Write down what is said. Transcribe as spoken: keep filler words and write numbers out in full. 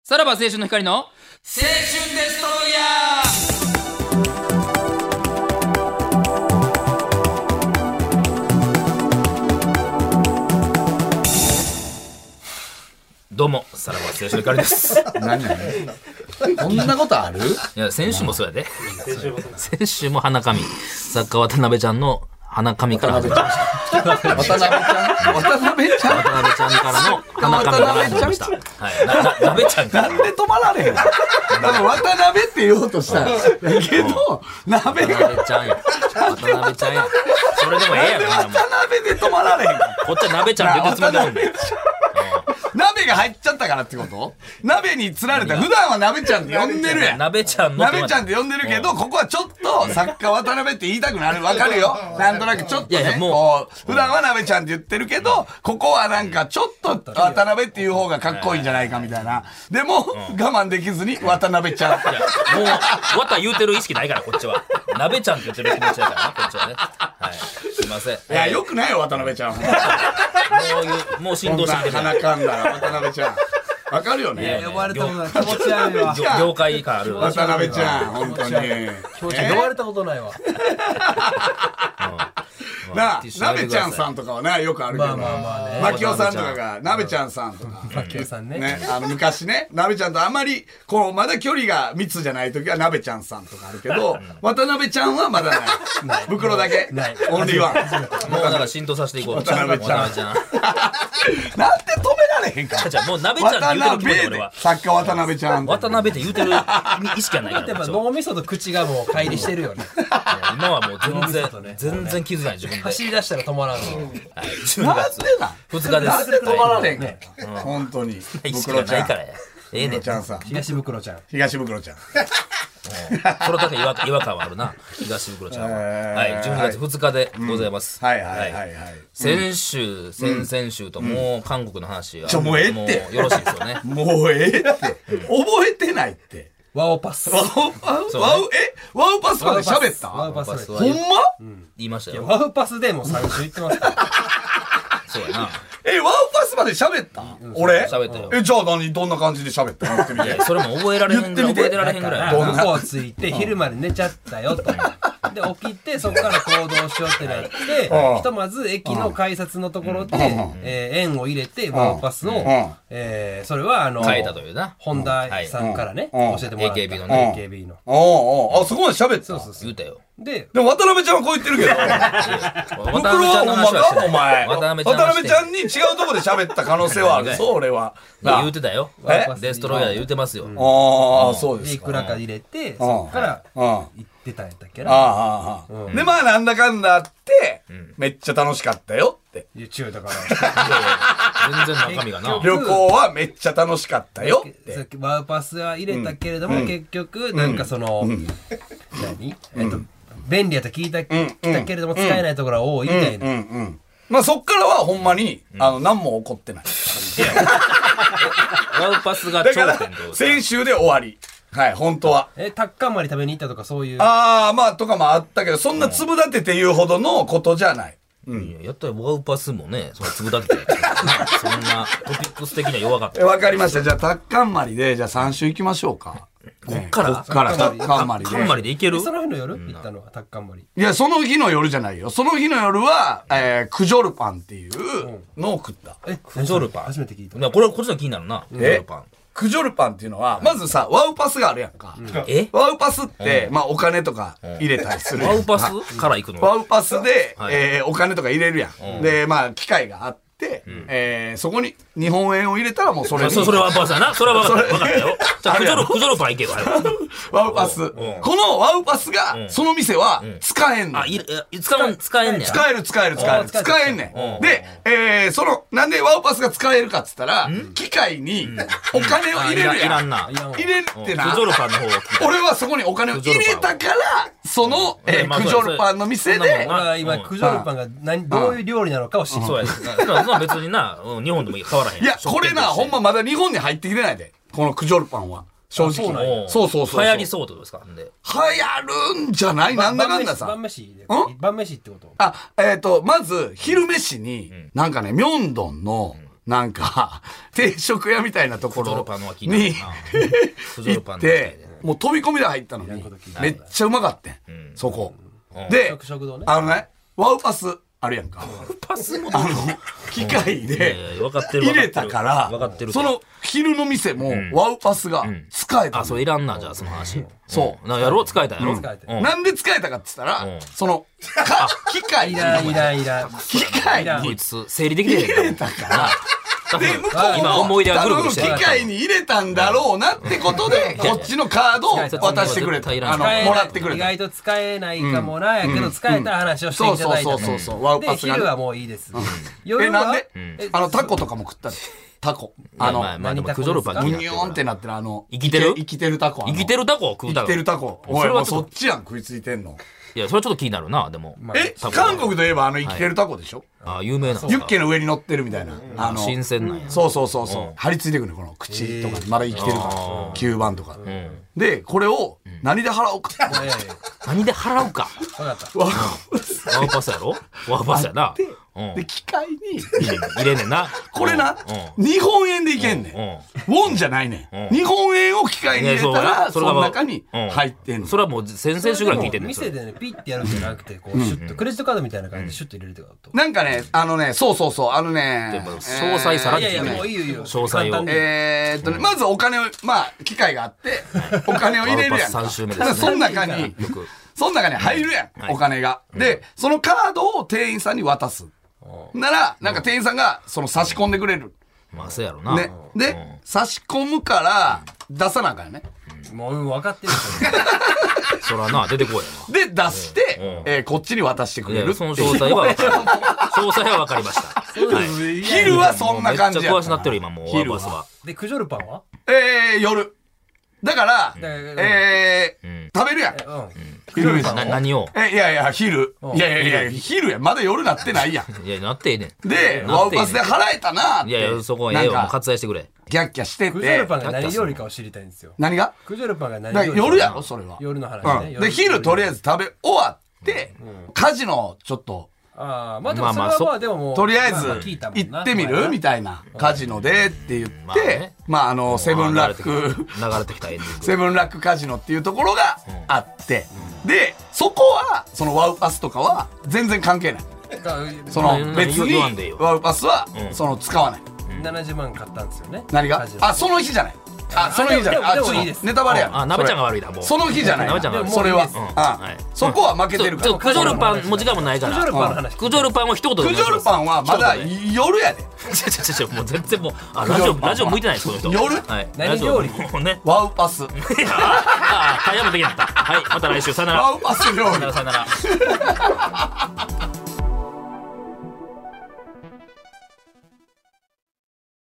さらば青春の光の青春デストロイヤー。どうもさらば青春の光です。 何何こんなことある？ いや先週もそうやで。先週も花紙作家渡辺ちゃんの花紙から始まりました。 渡辺ちゃん渡辺ちゃん渡辺ちゃんからの花紙から始まりました。はいなな鍋ちゃんからなんで止まられへん？多分渡辺って言おうとしたんやけど鍋が渡辺ちゃんや渡辺ちゃんやそれでもええやん。 渡辺で止まられへん。 こっちは鍋ちゃんって言うつもりでおんねん。 鍋が入っちゃったからってこと？鍋に釣られた。普段は鍋ちゃんって呼んでるやん。 鍋ちゃんの鍋ちゃんって呼んでるけど、ここはちょっと作家渡辺って言いたくなる。わかるよ。なんとなくちょっとね、 いやいやもうこう普段は鍋ちゃんって言ってるけど、ここはなんかちょっと渡辺っていう方がかっこいいんじゃないかみたいな。でも我慢できずに渡辺ちゃん。 いやもうわた言うてる意識ないからこっちは。鍋ちゃんって言ってる気持ちだからなこっちはね。はい。すいません。いいやよくないよ渡辺ちゃん。もういうもう振動してきてる。 鼻かんだら渡辺ちゃん。わかるよね。 呼ばれたことない。気持ち悪いわ。 業界感ある。 渡辺ちゃん、本当に。 気持ち呼ばれたことないわ。 なあ、鍋ちゃんさんとかはね、よくあるけど。 まあまあまあね。 マキオさんとかが、鍋ちゃんさんとか。 マキオさんね。 ね、あの、昔ね、鍋ちゃんとあんまり、こう、まだ距離が密じゃない時は鍋ちゃんさんとかあるけど、渡辺ちゃんはまだない。袋だけ。 ない。 オンリーワン。 もうだから浸透させていこう。 渡辺ちゃん。 渡辺ちゃん。 なんで止められへんか。 じゃあもう鍋ちゃんって言うてる気持ち俺は。 作家渡辺ちゃん。 渡辺って言うてる意識はないから。 やっぱ脳みそと口がもう乖離してるよね。 今はもう全然全然気づかない自分で。 走り出したら止まらんの。 なんでなんふつかです。 なんで止まられへんか。本当に。 意識がないからや。ええねん。 ちゃんさん。 東袋ちゃん。 東袋ちゃん。 その時違和違和感はあるな。東袋ちゃんは。はい。じゅうにがつふつかでございます。 はいはいはいはい。 先週先々週ともう韓国の話はちょもうええってもうよろしいですよね。 もうええって覚えてないって。 ワオパス。 ワウワウえワウパスまで喋った？ ワウパス。 ほんま？ 言いましたよ。 ワウパスでもさん週言ってますから。 そうやな。 えワウパスまで喋った？俺？ 喋ったよ。 えじゃあ何どんな感じで喋った？言ってみて。 それも覚えられへんぐらい覚えてられへんぐらい。 どこをついて昼まで寝ちゃったよと。で起きてそこから行動しようってなってひとまず駅の改札のところでえ円を入れてワウパスをえそれはあの変えたというな本田さんからね教えてもらったエーケービー のねエーケービー のおおあそこまで喋った。 そうそう言うたよ。 ででも渡辺ちゃんはこう言ってるけど渡辺ちゃんのほんまか話はしてない。 お前渡辺渡辺ちゃんに違うとこで喋った可能性はあるぞ俺は。 言うてたよ。 えデストロイヤー言うてますよ。 ああそうですか。 いくらか入れてそこから行ってたんやったっけな。 ああでまあなんだかんだあってめっちゃ楽しかったよって。 中だから全然中身がな。 旅行はめっちゃ楽しかったよって。 ワウパスは入れたけれども結局なんかその何えっと便利やと聞いた来たけれども使えないところが多いみたいな。 まあそっからはほんまにあの何も起こってない。 ワウパスがだから頂点と先週で終わり。はい本当は。 えタッカンマリ食べに行ったとかそういう。 ああまあとかもあったけどそんな粒立てて言うほどのことじゃない。 いややったらワウパスもねその粒立ててそんなトピックス的には弱かった。 わかりました。じゃあタッカンマリでじゃあさん週行きましょうか。 こっからこっからタッカンマリで。 タッカンマリでいける？ その日の夜行ったのはタッカンマリ。 いやその日の夜じゃないよ。その日の夜はえクジョルパンっていうのを食った。 えクジョルパン初めて聞いた。 これこっちの気になるな。クジョルパン。 クジョルパンっていうのはまずさワウパスがあるやんか。 え？ ワウパスってまあお金とか入れたりするやん。 ワウパスから行くの？ ワウパスではいえお金とか入れるやん。でまあ機械があって。えー、そこに日本円を入れたらもうそれにそそれはワウパスやな。それは分かった分かったよ。じゃあクジョルクジョルパン行けよ。 ワウパスこのワウパスがその店は使えんねん。 あい使う使えんねん。 使える使える使える使えんねん。で、えー、そのなんでワウパスが使えるかっつったら機械にお金を入れるやん。 いらんな。 入れってな。 クジョルパンの方を聞きたい。 俺はそこにお金を入れたからそのえークジョルパンの店で俺は今クジョルパンが何どういう料理なのかを知る。 そうや。そんな別にな日本でも変わらへん。 いやこれなほんままだ日本に入ってきてないでこのクジョルパンは正直。そうそうそう。 流行りそうってことですか？で流行るんじゃない？なんだかんださ。 晩飯で晩飯ってこと？ あえっとまず昼飯になんかねミョンドンのなんか、定食屋みたいなところに行って、もう飛び込みで入ったのに、めっちゃうまかったん、そこ。で、あのね、ワウパスあるやんか。 パスもあの、機械で入れたから、その昼の店もワウパスが使えた。 あ、そういらんな、じゃあその話。 そう。 やろう使えたやろ。 なんで使えたかって言ったら、その、機械に、機械にこいつ整理できて入れたから、で、向こう今思い出はぐるぐるもしてる機械に入れたんだろうなってことで、こっちのカードを渡してくれた。あの、もらってくれた。 意外と使えないかもな、やけど使えたら話をしていただいた。 そうそうそうそう。 で、昼はもういいです。 え、なんであの、タコとかも食ったの。タコ。あの、 まあでもクジョルパングニョーンってなってるあの、 生きてる生きてるタコ。 生きてるタコを食うたの。 生きてるタコ。おい、もうそっちやん、食いついてんの。 いや、それはちょっと気になるな、でも。 え、韓国といえばあの生きてるタコでしょ？ あ、有名な。 ユッケの上に乗ってるみたいな。あの、 新鮮なんや。 そうそうそうそう。張り付いてくるの、この口とかにまだ生きてるから。吸盤とか。で、これを何で払おうか。 何で払うか。 わかった。 ワワウパスやろワウパスやな。 で、機械に入れんねんな。 これな、日本円でいけんねん。ウォンじゃないねん。日本円を機械に入れたら、その中に入ってんの。 それはもう先々週ぐらい聞いてんねん。 店でね、ピッてやるんじゃなくて、こう、シュッと、クレジットカードみたいな感じでシュッと入れるってことなんかね、あのね、そうそうそう、あのね、 詳細さらに聞いてない。詳細を。 えーっとね、まずお金を、まあ、機械があって、お金を入れるやんか。 さん週目ですね。 その中に、その中に入るやん、お金が。で、そのカードを店員さんに渡す。なら、なんか店員さんが、その差し込んでくれる。 まあ、そうやろな。 ね。で、差し込むから、出さなあかんよね。 もう分かってるそらな、出てこいで、出して、えー、こっちに渡してくれるっていう。 その詳細は分かりました。詳細は分かりました。 昼はそんな感じや。 めっちゃ詳しなってる、今もう。 昼は。 で、クジョルパンはえー、夜。だから、えー、食べるやん。 昼何をえ、いやいや、昼。いやいやいや、昼や。まだ夜なってないやん。 いや、なってええねん。 で、ワウパスで払えたなって。 いやいや、そこはええよ。もう割愛してくれ。 ギャッギャしてて。 クジョルパンが何料理かを知りたいんですよ。 何がクジョルパンが何料理か。 夜やろ、それは。 夜の話ね。 で、昼とりあえず食べ終わって、カジノちょっと、 ああ、まあでもそれはまあでももう、 とりあえず行ってみるみたいな、カジノでって言って、まああの、セブンラック、 流れてきたエンディング。 セブンラックカジノっていうところがあって、で、そこは、そのワウパスとかは全然関係ない。その別にワウパスは、その使わない。 ななじゅうまん買ったんですよね。 何が？あ、その日じゃない。あ、その日じゃない。あ、ちょっとネタバレや。 あ、なべちゃんが悪いだ、もう。 その日じゃない。 なべちゃんが悪い。 それは。そこは負けてるから。 クジョルパン、もう時間もないから。 クジョルパンの話。 クジョルパンは一言で。 クジョルパンはまだ夜やで。 ちょちょちょ、もう全然もう、あ、ラジオ、ラジオ向いてないです、この人。 夜？ はい。 何料理？ ワウパス。 ああ、タイヤもできなかった。はい、また来週、さよなら。 ワウパス料理。 さよなら。